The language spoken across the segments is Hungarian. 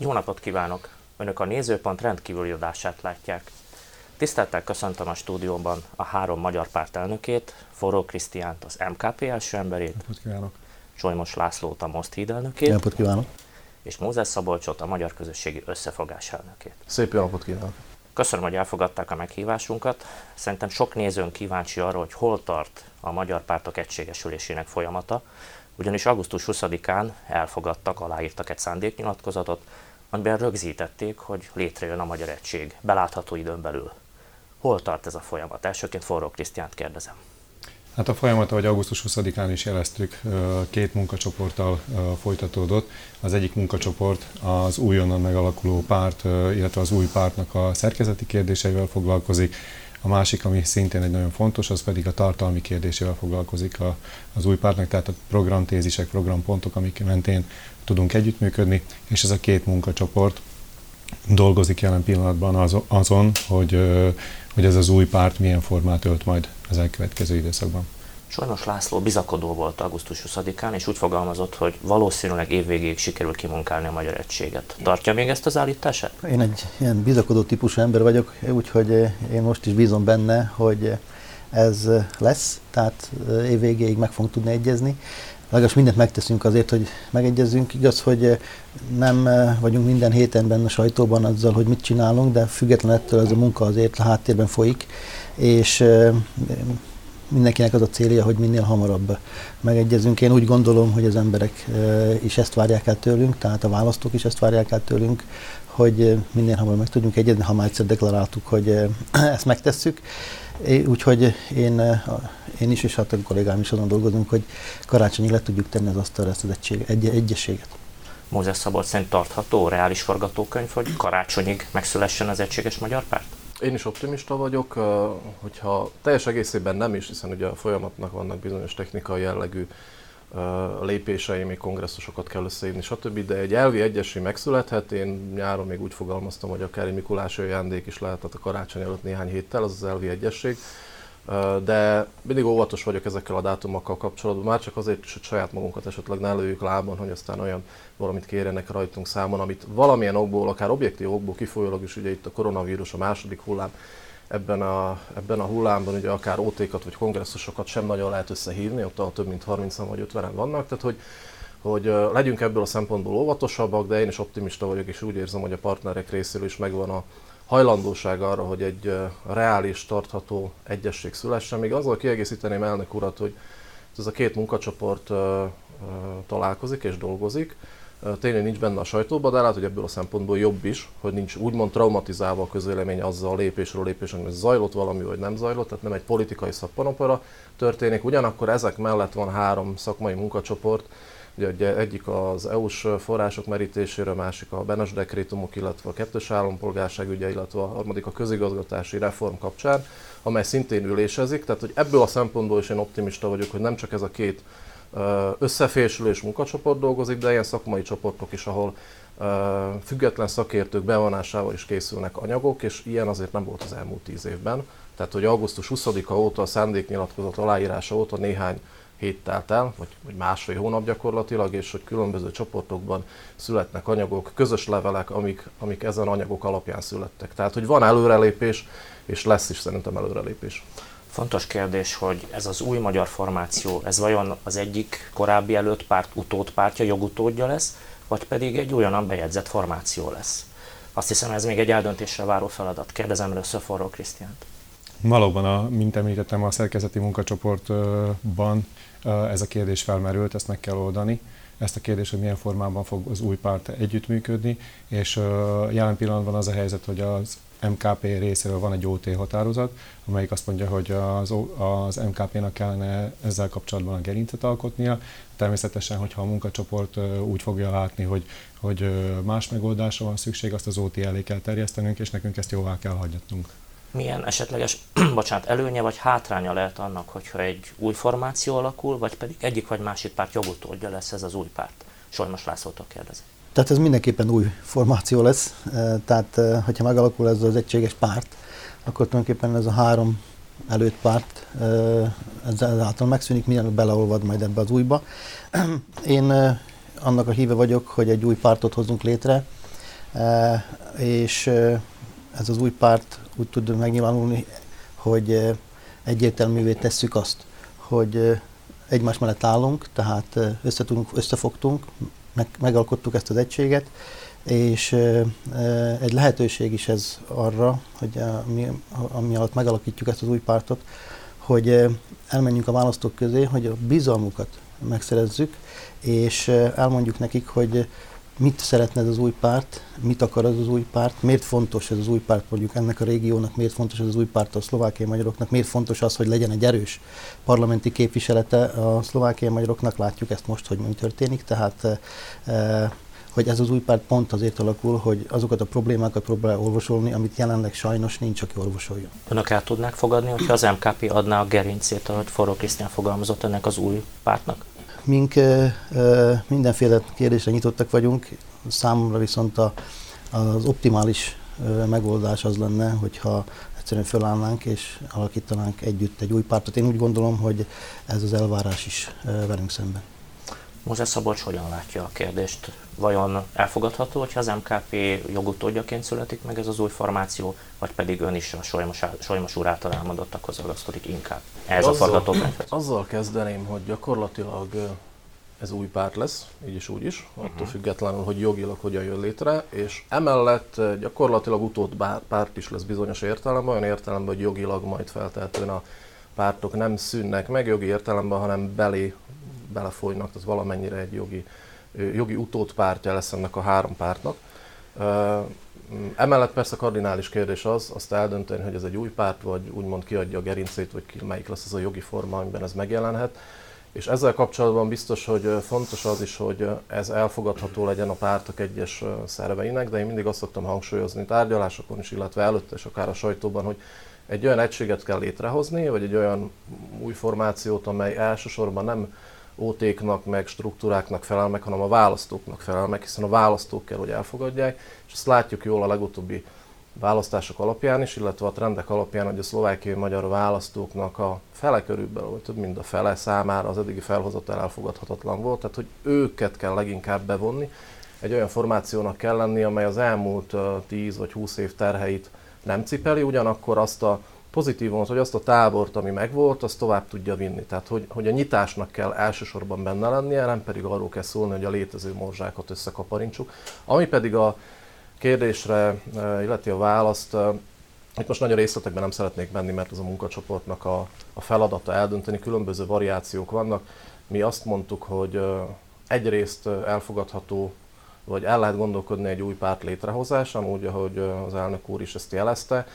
Jó napot kívánok! Önök a Nézőpont rendkívüli adását látják. Tisztelettel köszöntöm a stúdióban a 3 magyar párt elnökét, Forró Krisztiánt, az MKP első emberét, Napot kívánok! Solymos Lászlót, a MOSZT Híd elnökét, Napot kívánok! És Mózes Szabolcsot, a Magyar Közösségi Összefogás elnökét. Szép jó napot kívánok! Köszönöm, hogy elfogadták a meghívásunkat. Szerintem sok nézőn kíváncsi arra, hogy hol tart a magyar pártok egységesülésének folyamata, ugyanis augusztus 20-án elfogadtak, aláírtak egy szándéknyilatkozatot, amiben rögzítették, hogy létrejön a magyar egység belátható időn belül. Hol tart ez a folyamat? Elsőként Forró Krisztiánt kérdezem. Hát a folyamat, ahogy augusztus 20-án is jeleztük, 2 munkacsoporttal folytatódott. Az egyik munkacsoport az újonnan megalakuló párt, illetve az új pártnak a szerkezeti kérdéseivel foglalkozik. A másik, ami szintén egy nagyon fontos, az pedig a tartalmi kérdésével foglalkozik az új pártnak, tehát a programtézisek, programpontok, amik mentén tudunk együttműködni, és ez a 2 munkacsoport dolgozik jelen pillanatban azon, hogy ez az új párt milyen formát ölt majd az elkövetkező időszakban. Solymos László bizakodó volt augusztus 20-án, és úgy fogalmazott, hogy valószínűleg évvégéig sikerül kimunkálni a magyar egységet. Tartja még ezt az állítását? Én egy ilyen bizakodó típusú ember vagyok, úgyhogy én most is bízom benne, hogy ez lesz, tehát évvégéig meg fogunk tudni egyezni. Legalábbis mindent megteszünk azért, hogy megegyezzünk. Igaz, hogy nem vagyunk minden héten benne a sajtóban azzal, hogy mit csinálunk, de független ettől ez a munka azért a háttérben folyik, és mindenkinek az a célja, hogy minél hamarabb megegyezünk. Én úgy gondolom, hogy az emberek is ezt várják el tőlünk, tehát a választók is ezt várják el tőlünk, hogy minél hamarabb meg tudjunk egyezni, ha már egyszer deklaráltuk, hogy ezt megtesszük. Úgyhogy én is, és hát a kollégám is azon dolgozunk, hogy karácsonyig le tudjuk tenni az asztalra ezt az egyességet. Mózes Szabolcs szerint tartható, reális forgatókönyv, hogy karácsonyig megszülessen az egységes magyar párt? Én is optimista vagyok, hogyha teljes egészében nem is, hiszen ugye a folyamatnak vannak bizonyos technikai jellegű lépései, még kongresszusokat kell összehívni, stb. De egy elvi egyesség megszülethet. Én nyáron még úgy fogalmaztam, hogy akár egy mikulási ajándék is lehetett a karácsony előtt néhány héttel, az az elvi egyesség. De mindig óvatos vagyok ezekkel a dátumokkal kapcsolatban, már csak azért is, hogy saját magunkat esetleg ne lőjük lábon, hogy aztán olyan valamit kérjenek rajtunk számon, amit valamilyen okból, akár objektív okból kifolyólag is, ugye itt a koronavírus, a második hullám, ebben a hullámban ugye akár OT-kat vagy kongresszusokat sem nagyon lehet összehívni, ott több mint 30-an vagy 50-en vannak, tehát hogy legyünk ebből a szempontból óvatosabbak, de én is optimista vagyok, és úgy érzem, hogy a partnerek részéről is megvan a hajlandóság arra, hogy egy reális, tartható egyesség szülessen. Még azzal kiegészíteném elnök urat, hogy ez a 2 munkacsoport találkozik és dolgozik. Tényleg nincs benne a sajtóban, de lehet, hogy ebből a szempontból jobb is, hogy nincs úgymond traumatizálva a közvélemény azzal a lépésről lépésre, hogy zajlott valami, vagy nem zajlott, tehát nem egy politikai szappanopera történik. Ugyanakkor ezek mellett van 3 szakmai munkacsoport, ugye egyik az EU-s források merítésére, a másik a Benes dekrétumok, illetve a 2. állampolgárság ügye, illetve a harmadik a közigazgatási reform kapcsán, amely szintén ülésezik. Tehát, hogy ebből a szempontból is én optimista vagyok, hogy nem csak ez a 2 összefésülés munkacsoport dolgozik, de ilyen szakmai csoportok is, ahol független szakértők bevonásával is készülnek anyagok, és ilyen azért nem volt az elmúlt 10 évben. Tehát, hogy augusztus 20-a óta, a szándéknyilatkozat aláírása óta néhány hét telt el, vagy másfél hónap gyakorlatilag, és hogy különböző csoportokban születnek anyagok, közös levelek, amik ezen anyagok alapján születtek. Tehát, hogy van előrelépés, és lesz is szerintem előrelépés. Fontos kérdés, hogy ez az új magyar formáció, ez vajon az egyik korábbi előtt párt utódpártja, jogutódja lesz, vagy pedig egy újonnan bejegyzett formáció lesz? Azt hiszem, ez még egy eldöntésre váró feladat. Kérdezem először Forró Krisztiánt. Valóban, mint említettem, a szerkezeti munkacsoportban ez a kérdés felmerült, ezt meg kell oldani. Ezt a kérdést, hogy milyen formában fog az új párt együttműködni, és jelen pillanatban az a helyzet, hogy az MKP részéről van egy OT határozat, amelyik azt mondja, hogy az MKP-nak kellene ezzel kapcsolatban a gerincet alkotnia. Természetesen, hogyha a munkacsoport úgy fogja látni, hogy más megoldásra van szükség, azt az OT elé kell terjesztenünk, és nekünk ezt jóvá kell hagyatnunk. Milyen esetleges előnye vagy hátránya lehet annak, hogyha egy új formáció alakul, vagy pedig egyik vagy másik párt jogutódja lesz ez az új párt? Solymos Lászlótól kérdezem. Tehát ez mindenképpen új formáció lesz, tehát hogyha megalakul ez az egységes párt, akkor tulajdonképpen ez a 3 előtt párt ezáltal megszűnik, mielőtt beleolvad majd ebbe az újba. Én annak a híve vagyok, hogy egy új pártot hozzunk létre, és ez az új párt úgy tud megnyilvánulni, hogy egyértelművé tesszük azt, hogy egymás mellett állunk, tehát összefogtunk, megalkottuk ezt az egységet, és egy lehetőség is ez arra, hogy ami alatt megalakítjuk ezt az új pártot, hogy elmenjünk a választók közé, hogy a bizalmukat megszerezzük, és elmondjuk nekik, hogy mit szeretne ez az új párt, mit akar ez az új párt, miért fontos ez az új párt mondjuk ennek a régiónak, miért fontos ez az új párt a szlovákiai magyaroknak, miért fontos az, hogy legyen egy erős parlamenti képviselete a szlovákiai magyaroknak, látjuk ezt most, hogy mi történik, tehát hogy ez az új párt pont azért alakul, hogy azokat a problémákat próbál orvosolni, amit jelenleg sajnos nincs, aki orvosoljon. Önök el tudnák fogadni, hogyha az MKP adná a gerincét, ahogy Forró Krisztián fogalmazott, ennek az új pártnak? Mink mindenféle kérdésre nyitottak vagyunk, számomra viszont az optimális megoldás az lenne, hogyha egyszerűen fölállnánk és alakítanánk együtt egy új pártot. Én úgy gondolom, hogy ez az elvárás is velünk szemben. Mózes Szabolcs hogyan látja a kérdést? Vajon elfogadható, hogyha az MKP jogutódjaként születik meg ez az új formáció, vagy pedig ön is a Solymos úr által elmondottakhoz ragaszkodik inkább? Ez a forgatókönyv. Azzal kezdeném, hogy gyakorlatilag ez új párt lesz, így is úgy is, attól függetlenül, hogy jogilag hogyan jön létre, és emellett gyakorlatilag utódpárt is lesz bizonyos értelemben, olyan értelemben, hogy jogilag majd feltehetően a pártok nem szűnnek meg jogi értelemben, hanem belefolynak, tehát valamennyire egy jogi utódpártja lesz ennek a három pártnak. Emellett persze a kardinális kérdés azt eldönteni, hogy ez egy új párt, vagy úgymond kiadja a gerincét, vagy melyik lesz az a jogi forma, amiben ez megjelenhet. És ezzel kapcsolatban biztos, hogy fontos az is, hogy ez elfogadható legyen a pártok egyes szerveinek, de én mindig azt szoktam hangsúlyozni tárgyalásokon is, illetve előtte és akár a sajtóban, hogy egy olyan egységet kell létrehozni, vagy egy olyan új formációt, amely elsősorban nem OT-knak, meg struktúráknak felel meg, hanem a választóknak felel meg, hiszen a választók kell, hogy elfogadják, és ezt látjuk jól a legutóbbi választások alapján is, illetve a trendek alapján, hogy a szlovákiai magyar választóknak a fele körülbelül, vagy több mint a fele számára az eddigi felhozatal elfogadhatatlan volt, tehát hogy őket kell leginkább bevonni. Egy olyan formációnak kell lenni, amely az elmúlt 10 vagy 20 év terheit nem cipeli, ugyanakkor azt a pozitívumot, hogy azt a tábort, ami megvolt, azt tovább tudja vinni. Tehát, hogy a nyitásnak kell elsősorban benne lennie, nem pedig arról kell szólni, hogy a létező morzsákat összekaparintsuk. Ami pedig a kérdésre illeti a választ, itt most nagyon részletekben nem szeretnék menni, mert az a munkacsoportnak a feladata eldönteni, különböző variációk vannak. Mi azt mondtuk, hogy egyrészt elfogadható, vagy el lehet gondolkodni egy új párt létrehozásán, úgy, ahogy az elnök úr is ezt jelezte,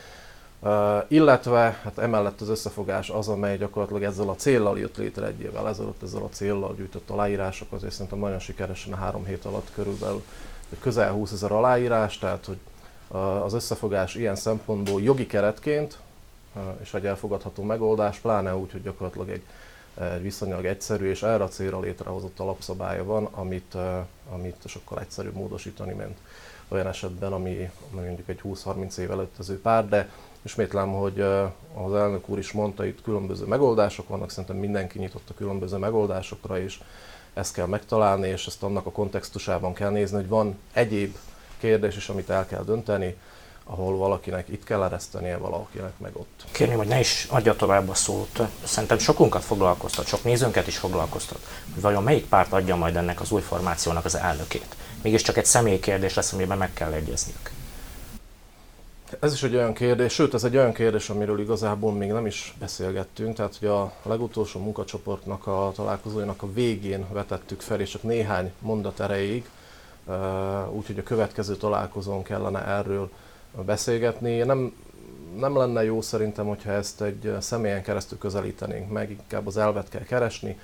illetve hát emellett az összefogás az, amely gyakorlatilag ezzel a céllal jött létre egy évvel ezelőtt, ezzel a céllal gyűjtött aláírások, azért szerintem nagyon sikeresen a 3 hét alatt körülbelül közel 20 000 aláírás, tehát hogy az összefogás ilyen szempontból jogi keretként és egy elfogadható megoldás, pláne úgy, hogy gyakorlatilag egy viszonylag egyszerű és erre a célra létrehozott alapszabálya van, amit sokkal egyszerűbb módosítani, mint olyan esetben, ami mondjuk egy 20-30 év előttező pár, de ismétlem, hogy az elnök úr is mondta, itt különböző megoldások vannak, szerintem mindenki nyitott a különböző megoldásokra, és ezt kell megtalálni, és ezt annak a kontextusában kell nézni, hogy van egyéb kérdés is, amit el kell dönteni, ahol valakinek itt kell eresztenie, valakinek meg ott. Kérném, hogy ne is adja tovább a szót. Szerintem sokunkat foglalkoztat, sok nézőnket is foglalkoztat, hogy vajon melyik párt adja majd ennek az új formációnak az elnökét. Mégiscsak egy személyi kérdés lesz, amiben meg kell egyezniük. Ez is egy olyan kérdés, sőt ez egy olyan kérdés, amiről igazából még nem is beszélgettünk, tehát hogy a legutolsó munkacsoportnak a találkozójának a végén vetettük fel, és csak néhány mondat erejéig, úgyhogy a következő találkozón kellene erről beszélgetni. Nem lenne jó szerintem, hogyha ezt egy személyen keresztül közelítenénk meg, inkább az elvet kell keresni,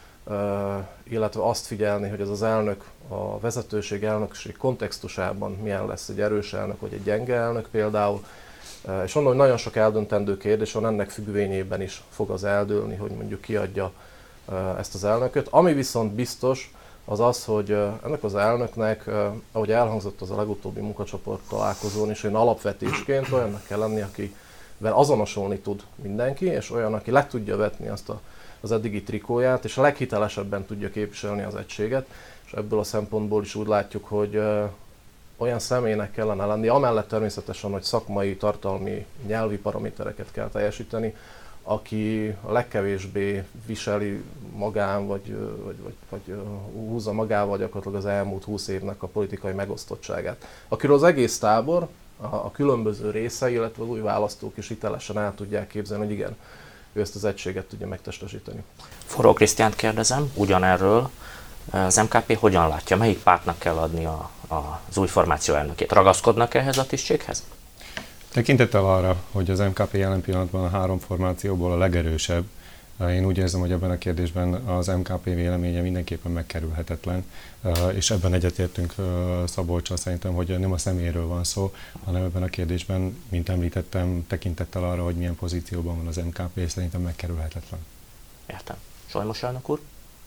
illetve azt figyelni, hogy ez az elnök a vezetőség, elnökség kontextusában milyen lesz, egy erős elnök vagy egy gyenge elnök például. És onnan, hogy nagyon sok eldöntendő kérdés van, ennek függvényében is fog az eldőlni, hogy mondjuk kiadja ezt az elnököt. Ami viszont biztos, az az, hogy ennek az elnöknek, ahogy elhangzott az a legutóbbi munkacsoport találkozón is, olyan alapvetésként olyannak kell lenni, akivel azonosulni tud mindenki, és olyan, aki le tudja vetni azt az eddigi trikóját, és a leghitelesebben tudja képviselni az egységet. És ebből a szempontból is úgy látjuk, hogy olyan személynek kellene lenni, amellett természetesen, hogy szakmai, tartalmi, nyelvi paramétereket kell teljesíteni, aki a legkevésbé viseli magán, vagy húzza magával gyakorlatilag az elmúlt 20 évnek a politikai megosztottságát. Akiről az egész tábor, a különböző részei, illetve az új választók is hitelesen el tudják képzelni, hogy igen, ő ezt az egységet tudja megtestesíteni. Forró Krisztiánt kérdezem, ugyanerről. Az MKP hogyan látja, melyik pártnak kell adni az új formáció elnökét? Ragaszkodnak ehhez a tisztséghez? Tekintettel arra, hogy az MKP jelen pillanatban a 3 formációból a legerősebb, én úgy érzem, hogy ebben a kérdésben az MKP véleménye mindenképpen megkerülhetetlen, és ebben egyetértünk Szabolccsal szerintem, hogy nem a személyről van szó, hanem ebben a kérdésben, mint említettem, tekintettel arra, hogy milyen pozícióban van az MKP, és szerintem megkerülhetetlen. Értem. Solymos elnök úr?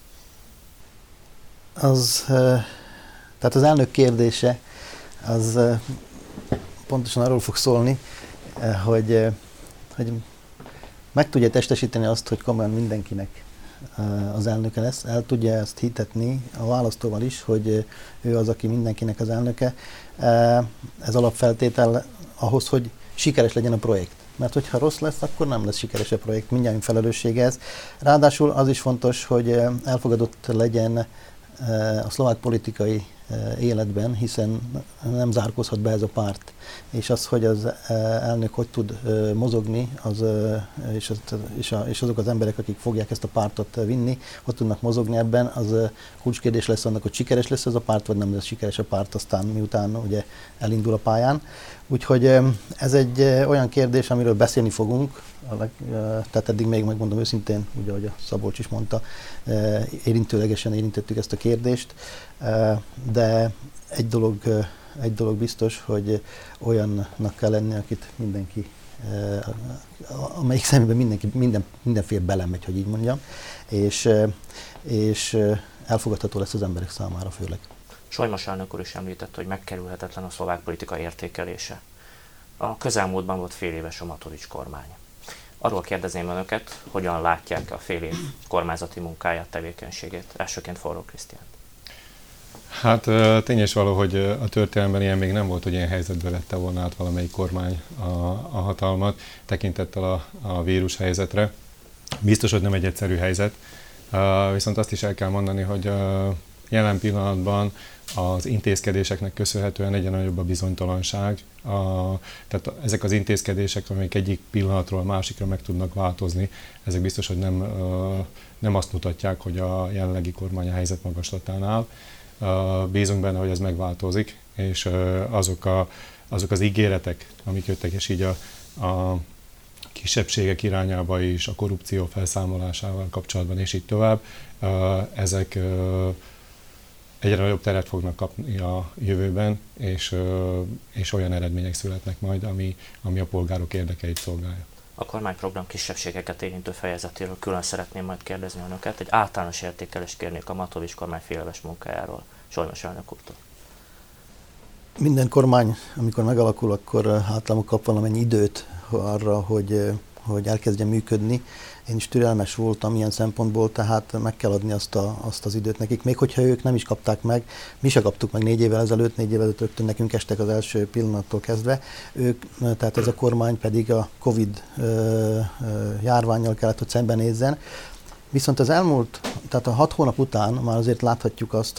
Tehát az elnök kérdése az pontosan arról fog szólni, hogy meg tudja testesíteni azt, hogy komolyan mindenkinek az elnöke lesz. El tudja ezt hitetni a választóval is, hogy ő az, aki mindenkinek az elnöke. Ez alapfeltétel ahhoz, hogy sikeres legyen a projekt. Mert hogyha rossz lesz, akkor nem lesz sikeres a projekt, mindjárt felelőssége ez. Ráadásul az is fontos, hogy elfogadott legyen a szlovák politikai életben, hiszen nem zárkózhat be ez a párt. És az, hogy az elnök hogy tud mozogni, és azok az emberek, akik fogják ezt a pártot vinni, hogy tudnak mozogni ebben, az kulcskérdés lesz annak, hogy sikeres lesz ez a párt, vagy nem lesz sikeres a párt aztán, miután ugye elindul a pályán. Úgyhogy ez egy olyan kérdés, amiről beszélni fogunk, tehát eddig még megmondom őszintén, ugye, ahogy a Szabolcs is mondta, érintőlegesen érintettük ezt a kérdést, de egy dolog biztos, hogy olyannak kell lenni, akit mindenki, amelyik szemében mindenféle belemegy, hogy így mondjam, és elfogadható lesz az emberek számára főleg. Solymos elnök úr is említett, hogy megkerülhetetlen a szlovák politika értékelése. A közelmúltban volt fél éves a Matovics kormány. Arról kérdezném önöket, hogyan látják a fél év kormányzati munkáját, tevékenységét. Elsőként Forró Krisztián. Hát tény és való, hogy a történelemben ilyen még nem volt, hogy ilyen helyzetbe vette volna át valamelyik kormány a hatalmat, tekintettel a vírus helyzetre. Biztos, hogy nem egy egyszerű helyzet, viszont azt is el kell mondani, hogy jelen pillanatban az intézkedéseknek köszönhetően egyre nagyobb a bizonytalanság. Tehát ezek az intézkedések, amelyek egyik pillanatról a másikra meg tudnak változni, ezek biztos, hogy nem azt mutatják, hogy a jelenlegi kormány a helyzet magaslatán áll. Bízunk benne, hogy ez megváltozik, és azok az ígéretek, amik jöttek, és így a kisebbségek irányába is, a korrupció felszámolásával kapcsolatban, és így tovább, ezek egyre nagyobb teret fognak kapni a jövőben, és olyan eredmények születnek majd, ami a polgárok érdekeit szolgálja. A kormányprogram kisebbségeket érintő fejezetéről külön szeretném majd kérdezni önöket. Egy általános értékelést kérnék a Matovics kormány féléves munkájáról. Solymos elnök úrtól. Minden kormány, amikor megalakul, akkor általában kap valamennyi időt arra, hogy elkezdjen működni. Én is türelmes voltam ilyen szempontból, tehát meg kell adni azt az időt nekik. Még hogyha ők nem is kapták meg, mi se kaptuk meg 4 évvel ezelőtt rögtön nekünk estek az első pillanattól kezdve. Tehát ez a kormány pedig a Covid járvánnyal kellett, hogy szembenézzen. Viszont tehát a 6 hónap után már azért láthatjuk azt,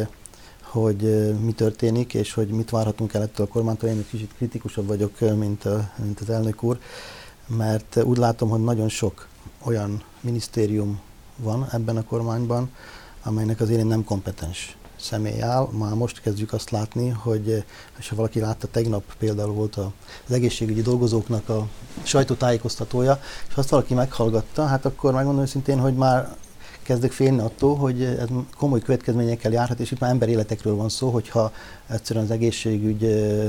hogy mi történik, és hogy mit várhatunk el ettől a kormánytól. Én egy kicsit kritikusabb vagyok, mint az elnök úr, mert úgy látom, hogy nagyon sok olyan minisztérium van ebben a kormányban, amelynek az élén nem kompetens személy áll. Már most kezdjük azt látni, hogy és ha valaki látta, tegnap például volt az egészségügyi dolgozóknak a sajtótájékoztatója, és azt valaki meghallgatta, hát akkor megmondom őszintén, hogy már kezdek félni attól, hogy ez komoly következményekkel járhat, és itt már emberéletekről van szó, hogyha egyszerűen az egészségügy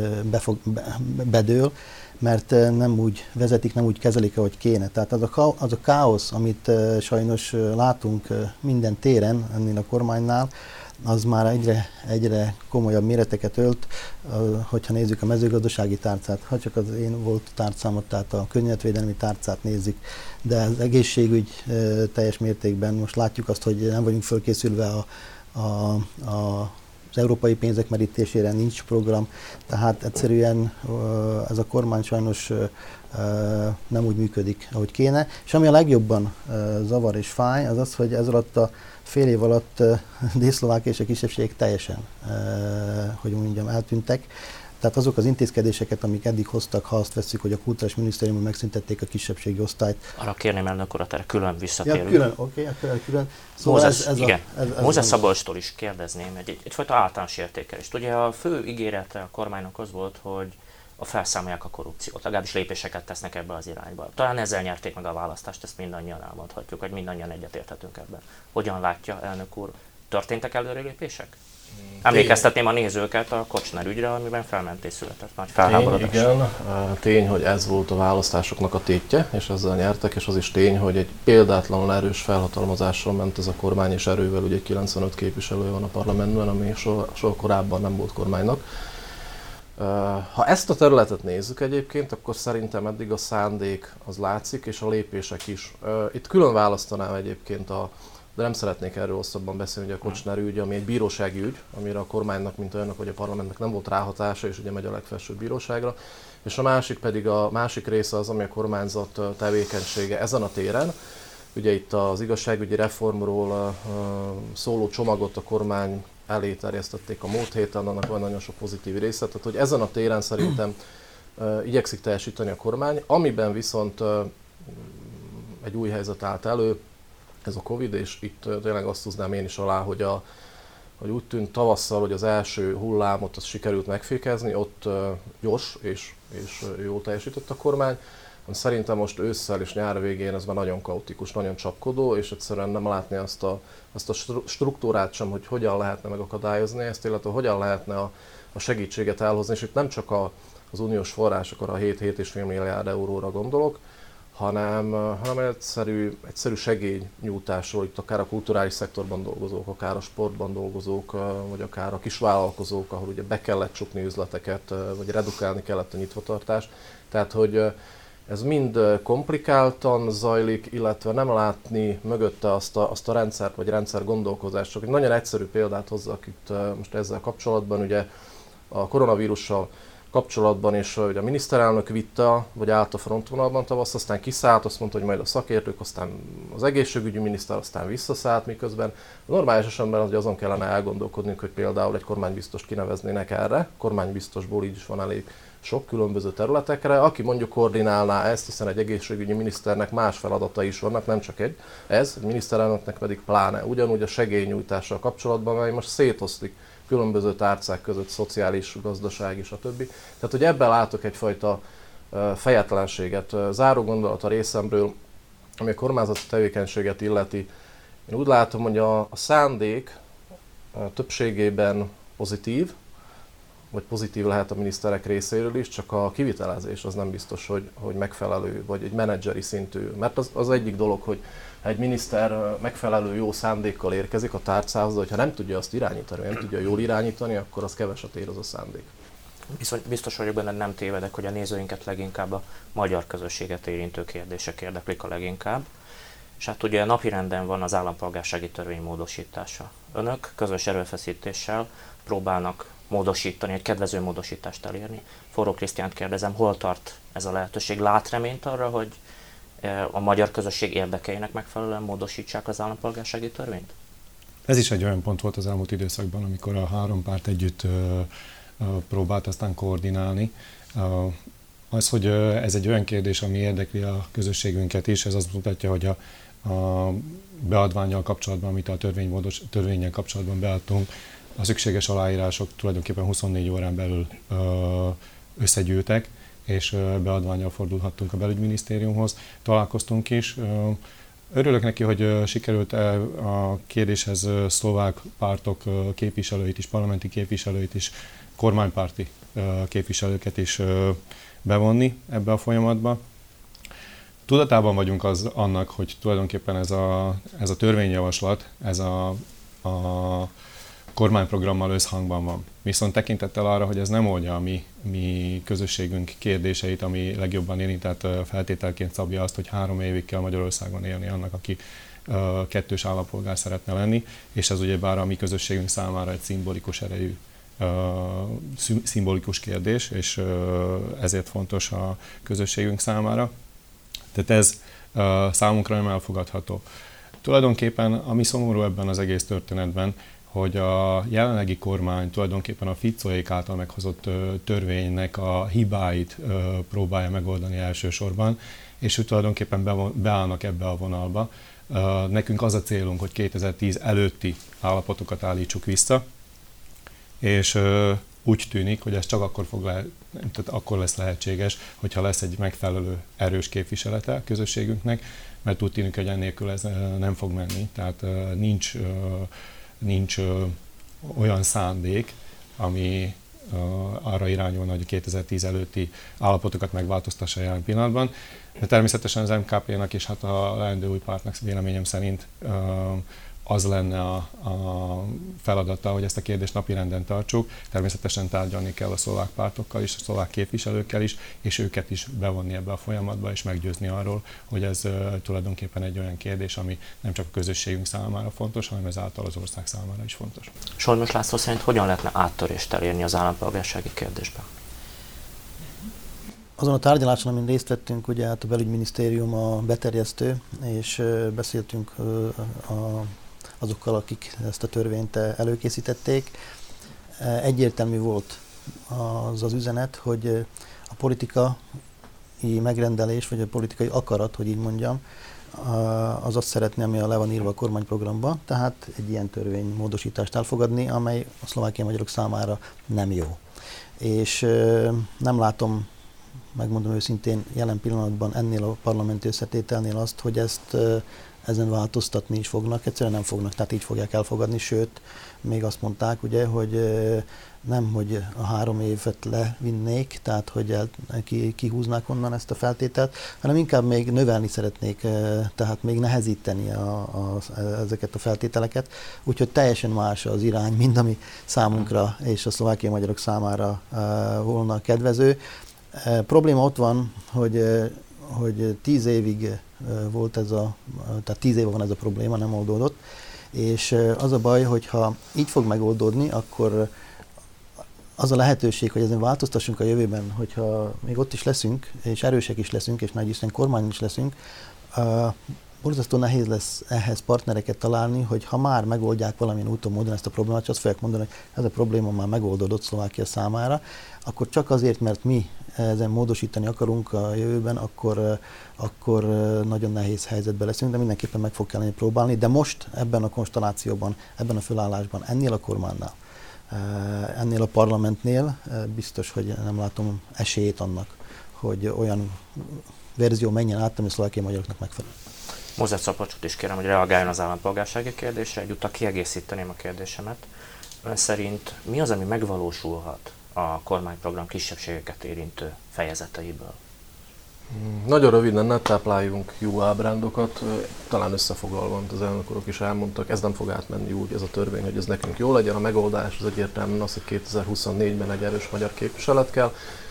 bedől, mert nem úgy vezetik, nem úgy kezelik, ahogy kéne. Tehát az a káosz, amit sajnos látunk minden téren ennél a kormánynál, az már egyre komolyabb méreteket ölt, hogyha nézzük a mezőgazdasági tárcát, ha csak az én volt tárcámat, tehát a környezetvédelmi tárcát nézzük, de az egészségügy teljes mértékben most látjuk azt, hogy nem vagyunk fölkészülve a európai pénzek merítésére nincs program, tehát egyszerűen ez a kormány sajnos nem úgy működik, ahogy kéne. És ami a legjobban zavar és fáj, az az, hogy ez alatt a fél év alatt Dél-Szlovákia és a kisebbségek teljesen, hogy mondjam, eltűntek. Tehát azok az intézkedéseket, amik eddig hoztak, ha azt vesszük, hogy a Kulturális Minisztériumon megszüntették a kisebbségi osztályt. Arra kérném elnök urat, erre külön visszatérünk. Ja, külön. Szóval Mózes Szabolcstól is kérdezném egyfajta általános értékelést. Ugye a fő ígérete a kormánynak az volt, hogy felszámolják a korrupciót, legalábbis lépéseket tesznek ebbe az irányba. Talán ezzel nyerték meg a választást, ezt mindannyian elmondhatjuk, hogy mindannyian egyetérthetünk ebben. Hogyan látja, elnök úr, történtek előrelépések? Emlékeztetném a nézőket a Kocsner ügyre, amiben felmentés született, nagy felháborodás. Igen, tény, hogy ez volt a választásoknak a tétje, és ezzel nyertek, és az is tény, hogy egy példátlanul erős felhatalmazással ment ez a kormány, és erővel, ugye 95 képviselő van a parlamentben, ami soha korábban nem volt kormánynak. Ha ezt a területet nézzük egyébként, akkor szerintem eddig a szándék az látszik, és a lépések is. Itt külön választanám egyébként de nem szeretnék erről hosszabban beszélni, hogy a Kocsner ügy, ami egy bírósági ügy, amire a kormánynak, mint olyannak, vagy a parlamentnek nem volt ráhatása, és ugye megy a legfelsőbb bíróságra. És a másik pedig a másik része az, ami a kormányzat tevékenysége ezen a téren. Ugye itt az igazságügyi reformról szóló csomagot a kormány elé terjesztették a múlt héten, annak van nagyon sok pozitív része, tehát hogy ezen a téren szerintem igyekszik teljesíteni a kormány, amiben viszont egy új helyzet állt elő, ez a Covid, és itt tényleg azt húznám én is alá, hogy úgy tűnt tavasszal, hogy az első hullámot azt sikerült megfékezni, ott gyors és jól teljesített a kormány. Szerintem most ősszel és nyár végén ez már nagyon kaotikus, nagyon csapkodó, és egyszerűen nem látni azt a struktúrát sem, hogy hogyan lehetne megakadályozni ezt, illetve hogyan lehetne a segítséget elhozni, és itt nem csak az uniós forrásokra, a 7-7,5 milliárd euróra gondolok, hanem egyszerű segélynyújtásról, itt akár a kulturális szektorban dolgozók, akár a sportban dolgozók, vagy akár a kisvállalkozók, ahol ugye be kellett csukni üzleteket, vagy redukálni kellett a nyitvatartást. Tehát, hogy ez mind komplikáltan zajlik, illetve nem látni mögötte azt a rendszert, vagy rendszer gondolkozást. Csak egy nagyon egyszerű példát hozzak itt most ezzel kapcsolatban, ugye a koronavírussal kapcsolatban, és ugye a miniszterelnök vitte, vagy állt a frontvonalban tavasz, aztán kiszállt, azt mondta, hogy majd a szakértők, aztán az egészségügyi miniszter, aztán visszaszállt, miközben normális esetben az, hogy azon kellene elgondolkodnunk, hogy például egy kormánybiztost kineveznének erre, kormánybiztosból így is van elég sok különböző területekre, aki mondjuk koordinálná ezt, hiszen egy egészségügyi miniszternek más feladatai is vannak, nem csak egy miniszterelnöknek pedig pláne. Ugyanúgy a segélynyújtással kapcsolatban, mely most szétoszlik különböző tárcák között, szociális, gazdasági, stb. Tehát, hogy ebben látok egyfajta fejetlenséget. Záró gondolat a részemről, ami a kormányzati tevékenységet illeti. Én úgy látom, hogy a szándék többségében pozitív, vagy pozitív lehet a miniszterek részéről is, csak a kivitelezés az nem biztos, hogy megfelelő, vagy egy menedzseri szintű. Mert az egyik dolog, hogy egy miniszter megfelelő jó szándékkal érkezik a tárcához, de ha nem tudja azt irányítani, nem tudja jól irányítani, akkor az keveset ér az a szándék. Biztos vagyok benne, nem tévedek, hogy a nézőinket leginkább a magyar közösséget érintő kérdések érdeklik a leginkább. És hát ugye napirenden van az állampolgársági törvény módosítása. Önök közös erőfeszítéssel próbálnak módosítani, egy kedvező módosítást elérni. Forró Krisztiánt kérdezem, hol tart ez a lehetőség? Lát reményt arra, hogy a magyar közösség érdekeinek megfelelően módosítsák az állampolgársági törvényt? Ez is egy olyan pont volt az elmúlt időszakban, amikor a három párt együtt próbált aztán koordinálni. Az, hogy ez egy olyan kérdés, ami érdekli a közösségünket is, ez azt mutatja, hogy a beadvánnyal kapcsolatban, amit a törvénnyel kapcsolatban beadtunk, a szükséges aláírások tulajdonképpen 24 órán belül összegyűltek, és beadvánnyal fordulhattunk a belügyminisztériumhoz. Találkoztunk is. Örülök neki, hogy sikerült a kérdéshez szlovák pártok képviselőit is, parlamenti képviselőit is, kormánypárti képviselőket is bevonni ebbe a folyamatba. Tudatában vagyunk annak, hogy tulajdonképpen ez a törvényjavaslat, ez a kormányprogrammal összhangban van. Viszont tekintettel arra, hogy ez nem oldja a mi közösségünk kérdéseit, ami legjobban érintett feltételként szabja azt, hogy 3 évig kell Magyarországon élni annak, aki kettős állampolgár szeretne lenni, és ez ugyebár a mi közösségünk számára egy szimbolikus erejű, szimbolikus kérdés, és ezért fontos a közösségünk számára. Tehát ez számunkra nem elfogadható. Tulajdonképpen ami szomorú ebben az egész történetben, hogy a jelenlegi kormány tulajdonképpen a Ficóék által meghozott törvénynek a hibáit próbálja megoldani elsősorban, és úgy tulajdonképpen beállnak ebbe a vonalba. Nekünk az a célunk, hogy 2010 előtti állapotokat állítsuk vissza, és úgy tűnik, hogy ez csak akkor lesz lehetséges, hogyha lesz egy megfelelő erős képviselete a közösségünknek, mert úgy tűnik, hogy ennélkül ez nem fog menni. Tehát nincs olyan szándék, ami arra irányulna, hogy a 2010 előtti állapotokat megváltoztassa jelen pillanatban. De természetesen az MKP-nak és hát a leendő új pártnak véleményem szerint az lenne a feladata, hogy ezt a kérdést napirenden tartsuk. Természetesen tárgyalni kell a szlovák pártokkal is, a szlovák képviselőkkel is, és őket is bevonni ebbe a folyamatba, és meggyőzni arról, hogy ez tulajdonképpen egy olyan kérdés, ami nem csak a közösségünk számára fontos, hanem ezáltal az ország számára is fontos. Solymos László szerint hogyan lehetne áttörést elérni az állampolgársági kérdésben? Azon a tárgyaláson, amin részt vettünk, ugye hát a belügyminisztérium a beterjesztő, és beszéltünk azokkal, akik ezt a törvényt előkészítették. Egyértelmű volt az üzenet, hogy a politikai megrendelés, vagy a politikai akarat, hogy így mondjam, az azt szeretné, ami le van írva a kormányprogramba, tehát egy ilyen törvénymódosítást elfogadni, amely a szlovákiai magyarok számára nem jó. És nem látom, megmondom őszintén, jelen pillanatban ennél a parlamenti összetételnél azt, hogy ezen változtatni is fognak, egyszerűen nem fognak, tehát így fogják elfogadni, sőt, még azt mondták, ugye, hogy nem, hogy a 3 évet levinnék, tehát hogy kihúznák onnan ezt a feltételt, hanem inkább még növelni szeretnék, tehát még nehezíteni ezeket a feltételeket, úgyhogy teljesen más az irány, mint ami számunkra és a szlovákiai magyarok számára volna kedvező. Probléma ott van, hogy 10 évig volt tehát 10 éve van ez a probléma, nem oldódott, és az a baj, hogyha így fog megoldódni, akkor az a lehetőség, hogy ezen változtassunk a jövőben, hogyha még ott is leszünk, és erősek is leszünk, és nagy Isten kormány is leszünk, borzasztó nehéz lesz ehhez partnereket találni, hogy ha már megoldják valamilyen úton, módon ezt a problémát, azt fogják mondani, hogy ez a probléma már megoldódott Szlovákia számára, akkor csak azért, mert mi ezen módosítani akarunk a jövőben, akkor nagyon nehéz helyzetben leszünk, de mindenképpen meg fog kellene próbálni. De most ebben a konstellációban, ebben a fölállásban, ennél a kormánynál, ennél a parlamentnél biztos, hogy nem látom esélyét annak, hogy olyan verzió menjen át, ami a szlovákiai magyaroknak megfelel. Mózes Szapocsot is kérem, hogy reagáljon az állampolgársági kérdésre, egyúttal kiegészíteném a kérdésemet. Ön szerint mi az, ami megvalósulhat a kormányprogram kisebbségeket érintő fejezeteiből? Nagyon röviden, ne tápláljunk jó ábrándokat, talán összefoglalva, amit az elnök urak is elmondtak, ez nem fog átmenni úgy, ez a törvény, hogy ez nekünk jó legyen. A megoldás az egyértelműen az, hogy 2024-ben egy erős magyar képviselet kell,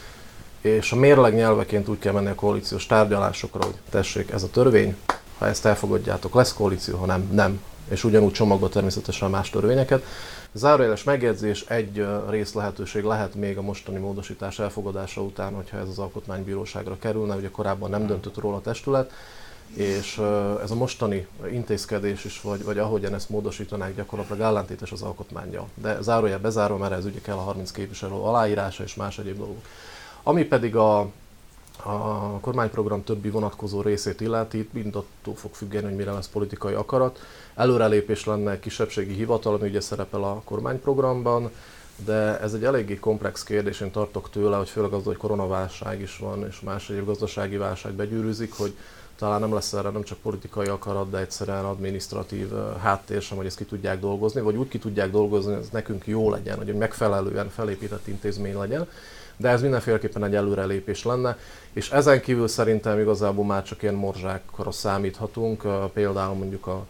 és a mérleg nyelveként úgy kell menni a koalíciós tárgyalásokra, hogy tessék, ez a törvény, ha ezt elfogadjátok, lesz koalíció, ha nem, nem. És ugyanúgy csomagba természetesen más törvényeket. Zárójeles megjegyzés, egy rész lehetőség lehet még a mostani módosítás elfogadása után, hogyha ez az alkotmánybíróságra kerülne, ugye korábban nem döntött róla a testület, és ez a mostani intézkedés is, vagy ahogyan ezt módosítanák, gyakorlatilag ellentétes az alkotmánnyal. De zárójel bezárva, mert ez ugye kell a 30 képviselő aláírása és más egyéb dolgok. Ami pedig a kormányprogram többi vonatkozó részét illeti, itt mind attól fog függeni, hogy mire lesz politikai akarat. Előrelépés lenne egy kisebbségi hivatal, ami ugye szerepel a kormányprogramban, de ez egy eléggé komplex kérdés, én tartok tőle, hogy főleg az, hogy koronaválság is van, és más egyéb gazdasági válság begyűrűzik, hogy talán nem lesz erre nem csak politikai akarat, de egyszerűen adminisztratív háttér sem, hogy ezt ki tudják dolgozni, vagy úgy ki tudják dolgozni, hogy ez nekünk jó legyen, hogy megfelelően felépített intézmény legyen. De ez mindenféleképpen egy előrelépés lenne, és ezen kívül szerintem igazából már csak ilyen morzsákra számíthatunk, például mondjuk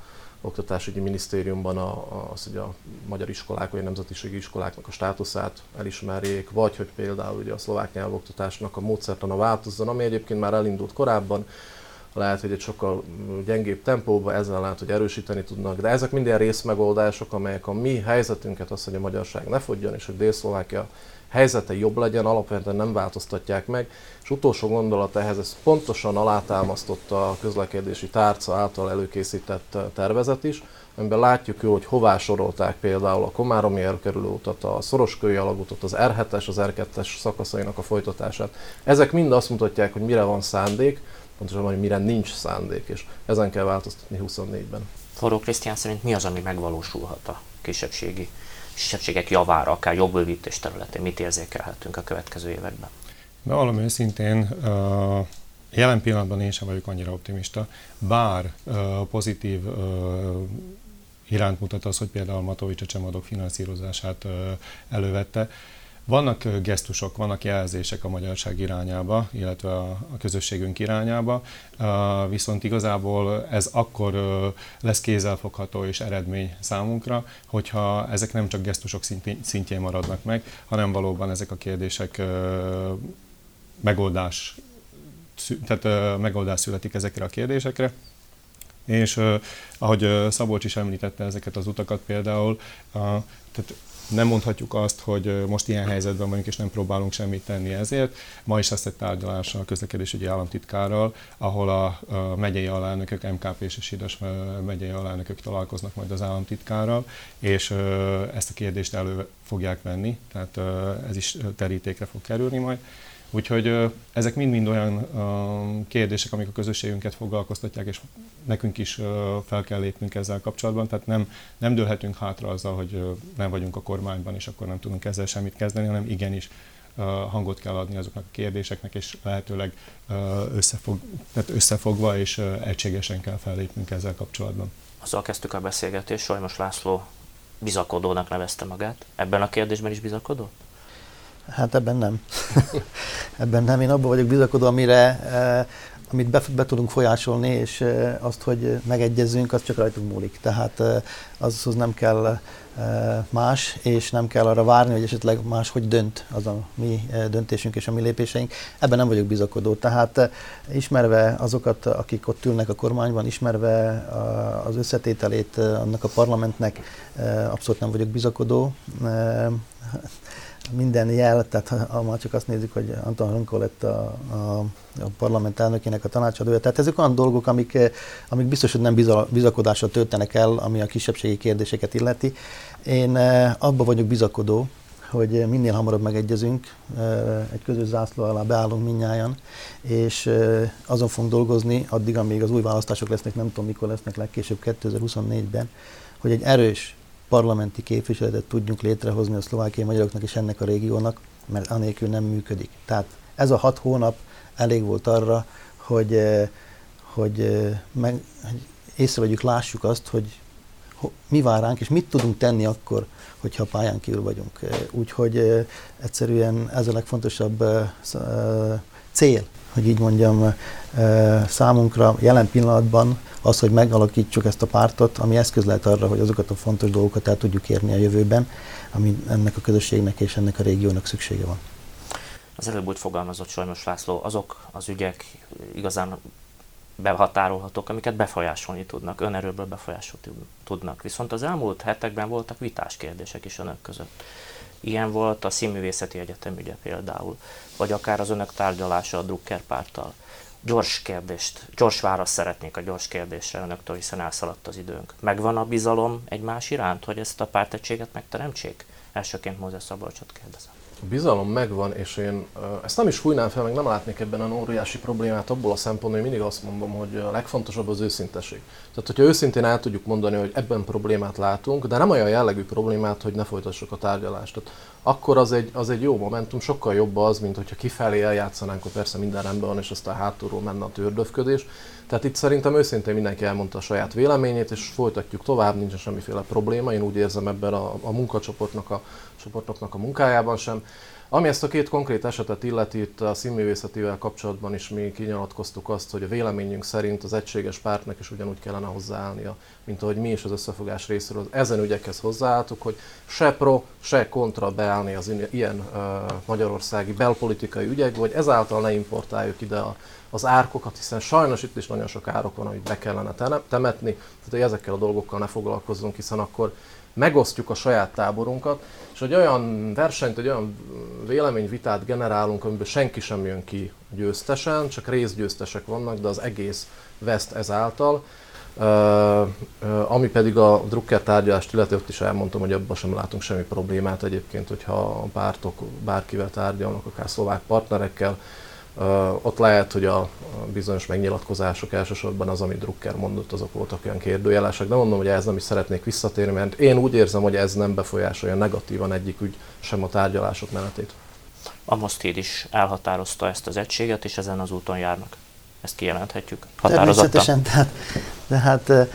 Oktatásügyi Minisztériumban hogy a magyar iskolák vagy a nemzetiségi iskoláknak a státuszát elismerjék, vagy hogy például ugye a szlovák nyelvoktatásnak a módszertana változzon, ami egyébként már elindult korábban, lehet, hogy egy sokkal gyengébb tempóban, ezzel lehet, hogy erősíteni tudnak, de ezek minden részmegoldások, amelyek a mi helyzetünket, az, hogy a magyarság ne fogjon, és hogy Dél-Szlovákia helyzete jobb legyen, alapvetően nem változtatják meg. És utolsó gondolat ehhez, ez pontosan alátámasztotta a közlekedési tárca által előkészített tervezet is, amiben látjuk, hogy hová sorolták például a komáromi elkerülő utat, a Szoroskői alagutat, az R7-es, az R2-es szakaszainak a folytatását. Ezek mind azt mutatják, hogy mire van szándék, pontosan, hogy mire nincs szándék, és ezen kell változtatni 24-ben. Forró Krisztián szerint mi az, ami megvalósulhat a kisebbségek javára, akár jogbővítés területén? Mit érzékelhetünk a következő években? Valami őszintén, jelen pillanatban én sem vagyok annyira optimista, bár pozitív iránt mutat az, hogy például Matovics a csemadok finanszírozását elővette. Vannak gesztusok, vannak jelzések a magyarság irányába, illetve a közösségünk irányába, viszont igazából ez akkor lesz kézzelfogható és eredmény számunkra, hogyha ezek nem csak gesztusok szintjén maradnak meg, hanem valóban ezek a kérdések megoldás születik ezekre a kérdésekre. És ahogy Szabolcs is említette ezeket az utakat például, tehát nem mondhatjuk azt, hogy most ilyen helyzetben vagyunk, és nem próbálunk semmit tenni ezért. Ma is lesz egy tárgyalás a közlekedésügyi államtitkárral, ahol a megyei alelnökök, MKP-s és Hidas megyei alelnökök találkoznak majd az államtitkárral, és ezt a kérdést elő fogják venni, tehát ez is terítékre fog kerülni majd. Úgyhogy ezek mind-mind olyan kérdések, amik a közösségünket foglalkoztatják, és nekünk is fel kell lépnünk ezzel kapcsolatban, tehát nem dőlhetünk hátra azzal, hogy nem vagyunk a kormányban, és akkor nem tudunk ezzel semmit kezdeni, hanem igenis hangot kell adni azoknak a kérdéseknek, és lehetőleg összefogva és egységesen kell fellépnünk ezzel kapcsolatban. Azzal kezdtük a beszélgetést, Solymos László bizakodónak nevezte magát. Ebben a kérdésben is bizakodó? Hát ebben nem. Ebben nem. Én abban vagyok bizakodó, amit be tudunk folyásolni, és azt, hogy megegyezzünk, az csak rajtunk múlik. Tehát azhoz nem kell más, és nem kell arra várni, hogy esetleg máshogy dönt az a mi döntésünk és a mi lépéseink. Ebben nem vagyok bizakodó. Tehát ismerve azokat, akik ott ülnek a kormányban, ismerve az összetételét annak a parlamentnek, abszolút nem vagyok bizakodó. Minden jel, tehát ha csak azt nézzük, hogy Antal Hrunkó lett a parlament elnökének a tanácsadója. Tehát ezek olyan dolgok, amik biztos, hogy nem bizakodásra töltenek el, ami a kisebbségi kérdéseket illeti. Én abba vagyok bizakodó, hogy minél hamarabb megegyezünk, egy közös zászló alá beállunk mindnyájan, és azon fogunk dolgozni, addig, amíg az új választások lesznek, nem tudom mikor lesznek, legkésőbb 2024-ben, hogy egy erős parlamenti képviseletet tudjunk létrehozni a szlovákiai magyaroknak és ennek a régiónak, mert anélkül nem működik. Tehát ez a 6 hónap elég volt arra, hogy észrevegyük, lássuk azt, hogy mi vár ránk, és mit tudunk tenni akkor, hogyha pályán kívül vagyunk. Úgyhogy egyszerűen ez a legfontosabb cél, hogy így mondjam, számunkra jelen pillanatban az, hogy megalakítsuk ezt a pártot, ami eszköz lehet arra, hogy azokat a fontos dolgokat el tudjuk érni a jövőben, ami ennek a közösségnek és ennek a régiónak szüksége van. Az előbb úgy fogalmazott Solymos László, azok az ügyek igazán behatárolhatók, amiket befolyásolni tudnak, önerőből befolyásolni tudnak. Viszont az elmúlt hetekben voltak vitás kérdések is önök között. Ilyen volt a Színművészeti Egyetem ügye például, vagy akár az önök tárgyalása a Drucker párttal. Gyors választ szeretnék a gyors kérdésre önöktől, hiszen elszaladt az időnk. Megvan a bizalom egymás iránt, hogy ezt a pártegységet megteremtsék? Elsőként Mózes Szabolcsot kérdezem. A bizalom megvan, és én ezt nem is fújnám fel, meg nem látnék ebben a óriási problémát abból a szempontból, hogy mindig azt mondom, hogy a legfontosabb az őszinteség. Tehát, hogyha őszintén el tudjuk mondani, hogy ebben problémát látunk, de nem olyan jellegű problémát, hogy ne folytassuk a tárgyalást. Tehát akkor az egy jó momentum, sokkal jobb az, mint hogyha kifelé eljátszanánk, hogy persze minden rendben van, és aztán hátulról menne a tőrdöfködés. Tehát itt szerintem őszintén mindenki elmondta a saját véleményét, és folytatjuk tovább, nincsen semmiféle probléma. Én úgy érzem ebben a munkacsoportnak a munkájában sem. Ami ezt a két konkrét esetet illeti, itt a színművészetivel kapcsolatban is mi kinyilatkoztuk azt, hogy a véleményünk szerint az egységes pártnak is ugyanúgy kellene hozzáállnia, mint ahogy mi is az összefogás részéről ezen ügyekhez hozzáálltuk, hogy se pro, se kontra beállni az ilyen magyarországi belpolitikai ügyekbe, hogy ezáltal ne importáljuk ide az árkokat, hiszen sajnos itt is nagyon sok árok van, amit be kellene temetni, tehát hogy ezekkel a dolgokkal ne foglalkozzunk, hiszen akkor megosztjuk a saját táborunkat, és egy olyan versenyt, egy olyan véleményvitát generálunk, amiből senki sem jön ki győztesen, csak részgyőztesek vannak, de az egész veszt ezáltal. Ami pedig a Drucker tárgyalást illeti, ott is elmondtam, hogy abban sem látunk semmi problémát egyébként, hogyha a pártok bárkivel tárgyalnak, akár szlovák partnerekkel. Ott lehet, hogy a bizonyos megnyilatkozások elsősorban az, amit Drucker mondott, azok voltak olyan kérdőjelesek, de mondom, hogy ehhez nem is szeretnék visszatérni, mert én úgy érzem, hogy ez nem befolyásolja negatívan egyik ügy sem a tárgyalások menetét. A Most-Híd is elhatározta ezt az egységet, és ezen az úton járnak. Ezt kijelenthetjük határozottan. Természetesen, tehát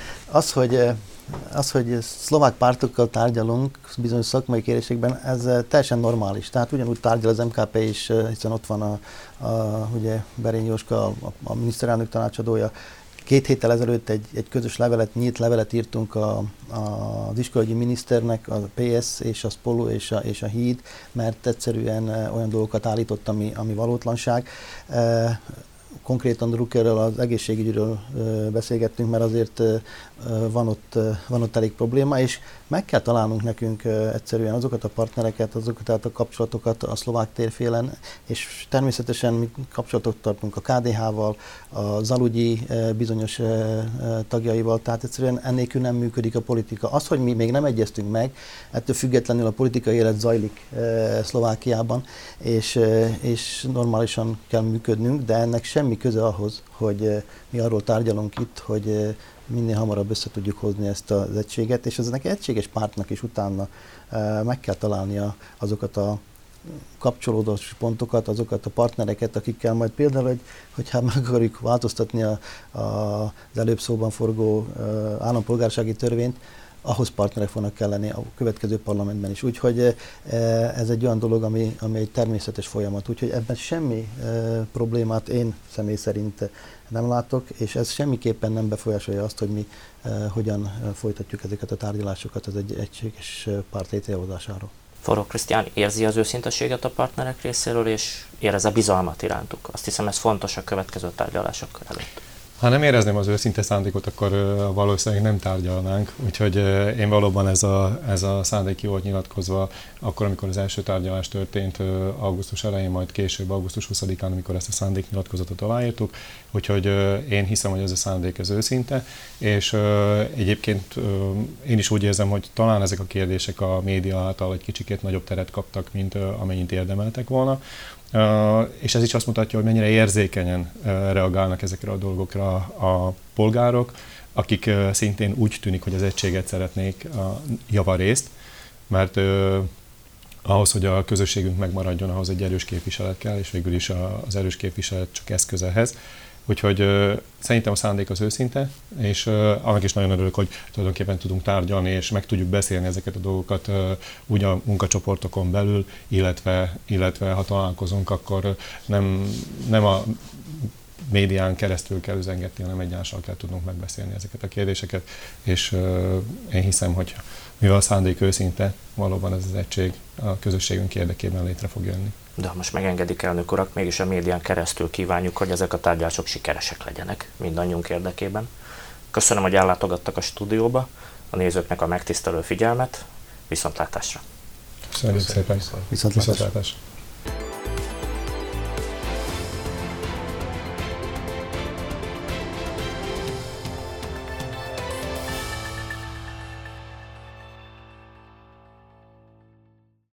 az, hogy szlovák pártokkal tárgyalunk bizonyos szakmai kérdésekben, ez teljesen normális. Tehát ugyanúgy tárgyal az MKP is, hiszen ott van ugye Berény Jóska, a miniszterelnök tanácsadója. 2 héttel ezelőtt egy közös nyílt levelet írtunk az iskolaügyi miniszternek, a PS és a SPOLU és a Híd, mert egyszerűen olyan dolgokat állított, ami valótlanság. Konkrétan Druckerrel az egészségügyről beszélgettünk, mert azért van ott elég probléma, és meg kell találnunk nekünk egyszerűen azokat a partnereket, azokat a kapcsolatokat a szlovák térfélen, és természetesen mi kapcsolatot tartunk a KDH-val, a Zalugyi bizonyos tagjaival, tehát egyszerűen ennélkül nem működik a politika. Az, hogy mi még nem egyeztünk meg, ettől függetlenül a politikai élet zajlik Szlovákiában, és normálisan kell működnünk, de ennek semmi köze ahhoz, hogy mi arról tárgyalunk itt, hogy minél hamarabb össze tudjuk hozni ezt az egységet, és ennek egységes pártnak is utána meg kell találnia azokat a kapcsolódós pontokat, azokat a partnereket, akikkel majd például, hogyha meg akarjuk változtatni az előbb szóban forgó állampolgársági törvényt, ahhoz partnerek fognak kelleni a következő parlamentben is. Úgyhogy ez egy olyan dolog, ami egy természetes folyamat. Úgyhogy ebben semmi problémát én személy szerint nem látok, és ez semmiképpen nem befolyásolja azt, hogy mi hogyan folytatjuk ezeket a tárgyalásokat az egy egységes párt létrehozásáról. Forró Krisztián érzi az őszinteséget a partnerek részéről, és érez-e bizalmat irántuk? Azt hiszem, ez fontos a következő tárgyalások előtt. Ha nem érezném az őszinte szándékot, akkor valószínűleg nem tárgyalnánk, úgyhogy én valóban ez a szándék ki volt nyilatkozva akkor, amikor az első tárgyalás történt augusztus elején, majd később augusztus 20-án, amikor ezt a szándéknyilatkozatot aláírtuk, úgyhogy én hiszem, hogy ez a szándék az őszinte, és egyébként én is úgy érzem, hogy talán ezek a kérdések a média által egy kicsikét nagyobb teret kaptak, mint amennyit érdemeltek volna. És ez is azt mutatja, hogy mennyire érzékenyen reagálnak ezekre a dolgokra a polgárok, akik szintén úgy tűnik, hogy az egységet szeretnék javarészt, mert ahhoz, hogy a közösségünk megmaradjon, ahhoz egy erős képviselet kell, és végül is az erős képviselet csak eszköz ehhez. Úgyhogy szerintem a szándék az őszinte, és annak is nagyon örülök, hogy tulajdonképpen tudunk tárgyalni, és meg tudjuk beszélni ezeket a dolgokat úgy a munkacsoportokon belül, illetve ha találkozunk, akkor nem a médián keresztül kell üzengetni, hanem egymással kell tudnunk megbeszélni ezeket a kérdéseket, és én hiszem, hogy mivel a szándék őszinte, valóban ez az egység a közösségünk érdekében létre fog jönni. De ha most megengedik, elnök urak, mégis a médián keresztül kívánjuk, hogy ezek a tárgyalások sikeresek legyenek mindannyiunk érdekében. Köszönöm, hogy ellátogattak a stúdióba, a nézőknek a megtisztelő figyelmet, viszontlátásra! Köszönjük szépen! Viszontlátásra!